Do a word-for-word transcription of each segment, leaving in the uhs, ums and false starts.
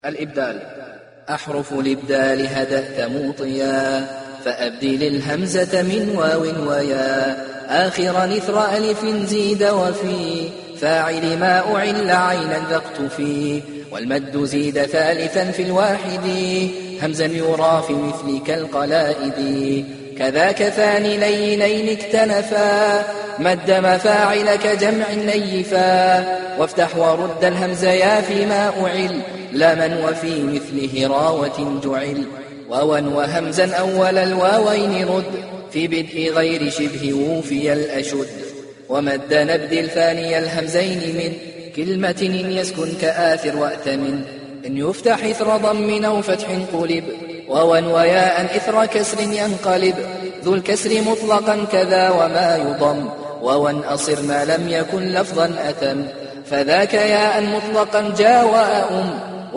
الإبدال. أحرف الإبدال هدأت موطيا، فأبدل الهمزة من واو ويا، آخرا إثر ألف زيد وفي، فاعل ما أعل عينا ذقت فيه، والمد زيد ثالثا في الواحد، همزا يرى في مثل كالقلائد، كذاك ثاني لينين اكتنفا، مد مفاعل كجمع نيفا، وافتح ورد الهمز يا فيما أعل، لمن وفي مثل هراوة جعل، واوا وهمزا أول الواوين رد، في بدء غير شبه ووفي الأشد، ومد نبدل ثاني الهمزين من كلمة إن يسكن كآثر وأتمن، إن يفتح إثر ضم أو فتح قلب، واوا وياء إثر كسر ينقلب، ذو الكسر مطلقا كذا وما يضم، واوا أصر ما لم يكن لفظا أتم، فذاك ياء مطلقا جاء وأم،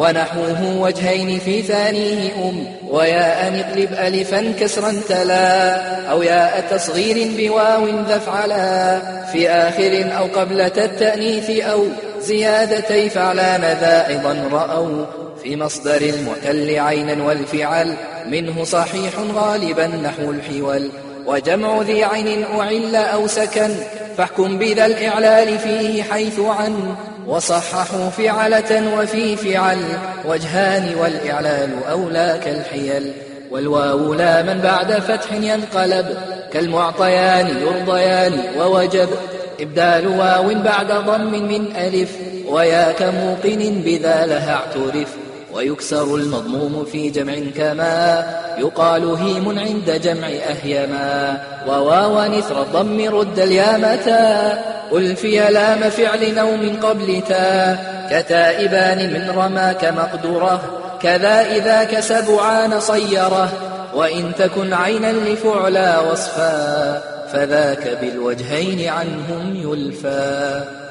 ونحوه وجهين في ثانيه أم، وياء اقلب ألفا كسرا تلا، أو ياء تصغير بواو ذفعلا، في آخر أو قبلة التأنيث أو زيادتي فعلان ذا أيضا رأوا، في مصدر المعتل عينا والفعل منه صحيح غالبا نحو الحول، وجمع ذي عين أعل أو سكن، فاحكم بذا الإعلال فيه حيث عن، وصححوا فعلة وفي فعل وجهان، والإعلال أولى كالحيل، والواو لا من بعد فتح ينقلب، كالمعطيان يرضيان ووجب، إبدال واو بعد ضم من ألف، ويا كموقن بذا لها اعترف، ويكسر المضموم في جمع كما يقال هيم عند جمع أهيما، وواوا إثر الضم رد اليامتا، ألفي لام فعل نوم قبل تا، كتائبان من رماك مقدره، كذا إذا كسبعان صيره، وإن تكن عينا لفعلا وصفا، فذاك بالوجهين عنهم يلفا.